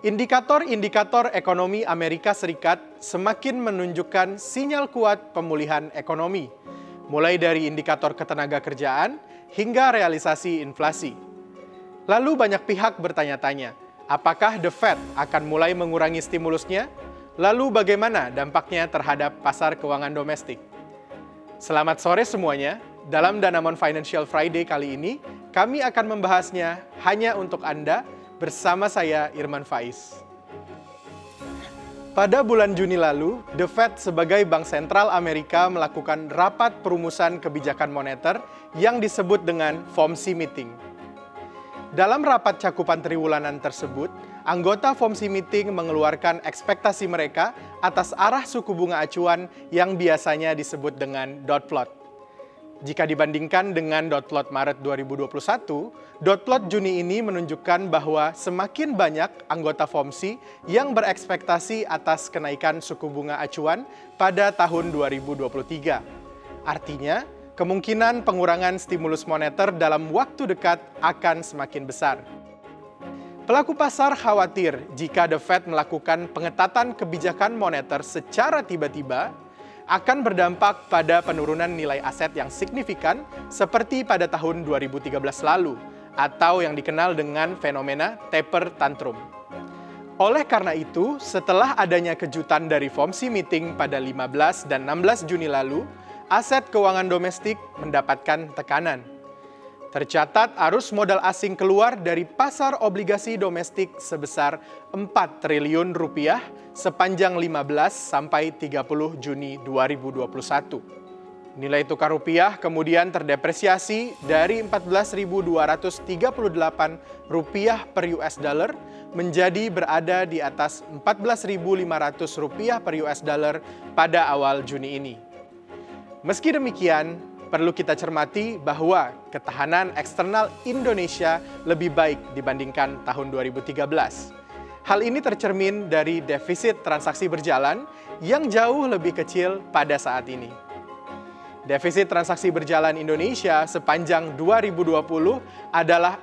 Indikator-indikator ekonomi Amerika Serikat semakin menunjukkan sinyal kuat pemulihan ekonomi, mulai dari indikator ketenagakerjaan hingga realisasi inflasi. Lalu banyak pihak bertanya-tanya, apakah The Fed akan mulai mengurangi stimulusnya? Lalu bagaimana dampaknya terhadap pasar keuangan domestik? Selamat sore semuanya. Dalam Danamon Financial Friday kali ini, kami akan membahasnya hanya untuk Anda bersama saya Irman Faiz. Pada bulan Juni lalu, The Fed sebagai Bank Sentral Amerika melakukan rapat perumusan kebijakan moneter yang disebut dengan FOMC Meeting. Dalam rapat cakupan triwulanan tersebut, anggota FOMC Meeting mengeluarkan ekspektasi mereka atas arah suku bunga acuan yang biasanya disebut dengan dot plot. Jika dibandingkan dengan dot plot Maret 2021, dot plot Juni ini menunjukkan bahwa semakin banyak anggota FOMC yang berekspektasi atas kenaikan suku bunga acuan pada tahun 2023. Artinya, kemungkinan pengurangan stimulus moneter dalam waktu dekat akan semakin besar. Pelaku pasar khawatir jika The Fed melakukan pengetatan kebijakan moneter secara tiba-tiba akan berdampak pada penurunan nilai aset yang signifikan seperti pada tahun 2013 lalu, atau yang dikenal dengan fenomena taper tantrum. Oleh karena itu, setelah adanya kejutan dari FOMC Meeting pada 15 dan 16 Juni lalu, aset keuangan domestik mendapatkan tekanan. Tercatat arus modal asing keluar dari pasar obligasi domestik sebesar 4 triliun rupiah sepanjang 15 sampai 30 Juni 2021. Nilai tukar rupiah kemudian terdepresiasi dari 14.238 rupiah per US dollar menjadi berada di atas 14.500 rupiah per US dollar pada awal Juni ini. Meski demikian, perlu kita cermati bahwa ketahanan eksternal Indonesia lebih baik dibandingkan tahun 2013. Hal ini tercermin dari defisit transaksi berjalan yang jauh lebih kecil pada saat ini. Defisit transaksi berjalan Indonesia sepanjang 2020 adalah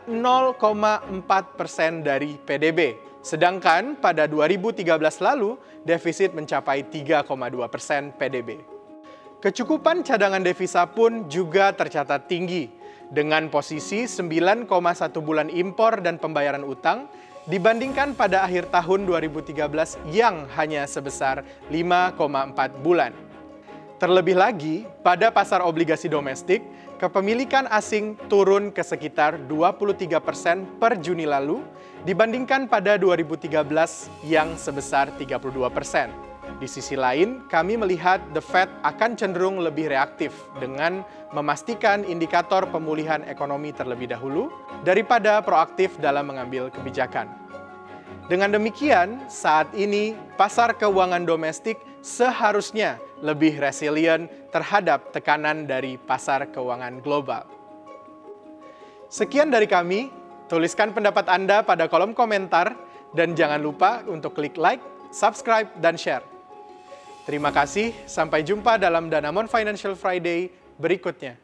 0,4% dari PDB. Sedangkan pada 2013 lalu, defisit mencapai 3,2% PDB. Kecukupan cadangan devisa pun juga tercatat tinggi, dengan posisi 9,1 bulan impor dan pembayaran utang dibandingkan pada akhir tahun 2013 yang hanya sebesar 5,4 bulan. Terlebih lagi, pada pasar obligasi domestik, kepemilikan asing turun ke sekitar 23% per Juni lalu dibandingkan pada 2013 yang sebesar 32%. Di sisi lain, kami melihat The Fed akan cenderung lebih reaktif dengan memastikan indikator pemulihan ekonomi terlebih dahulu daripada proaktif dalam mengambil kebijakan. Dengan demikian, saat ini pasar keuangan domestik seharusnya lebih resilient terhadap tekanan dari pasar keuangan global. Sekian dari kami, tuliskan pendapat Anda pada kolom komentar dan jangan lupa untuk klik like, subscribe, dan share. Terima kasih, sampai jumpa dalam Danamon Financial Friday berikutnya.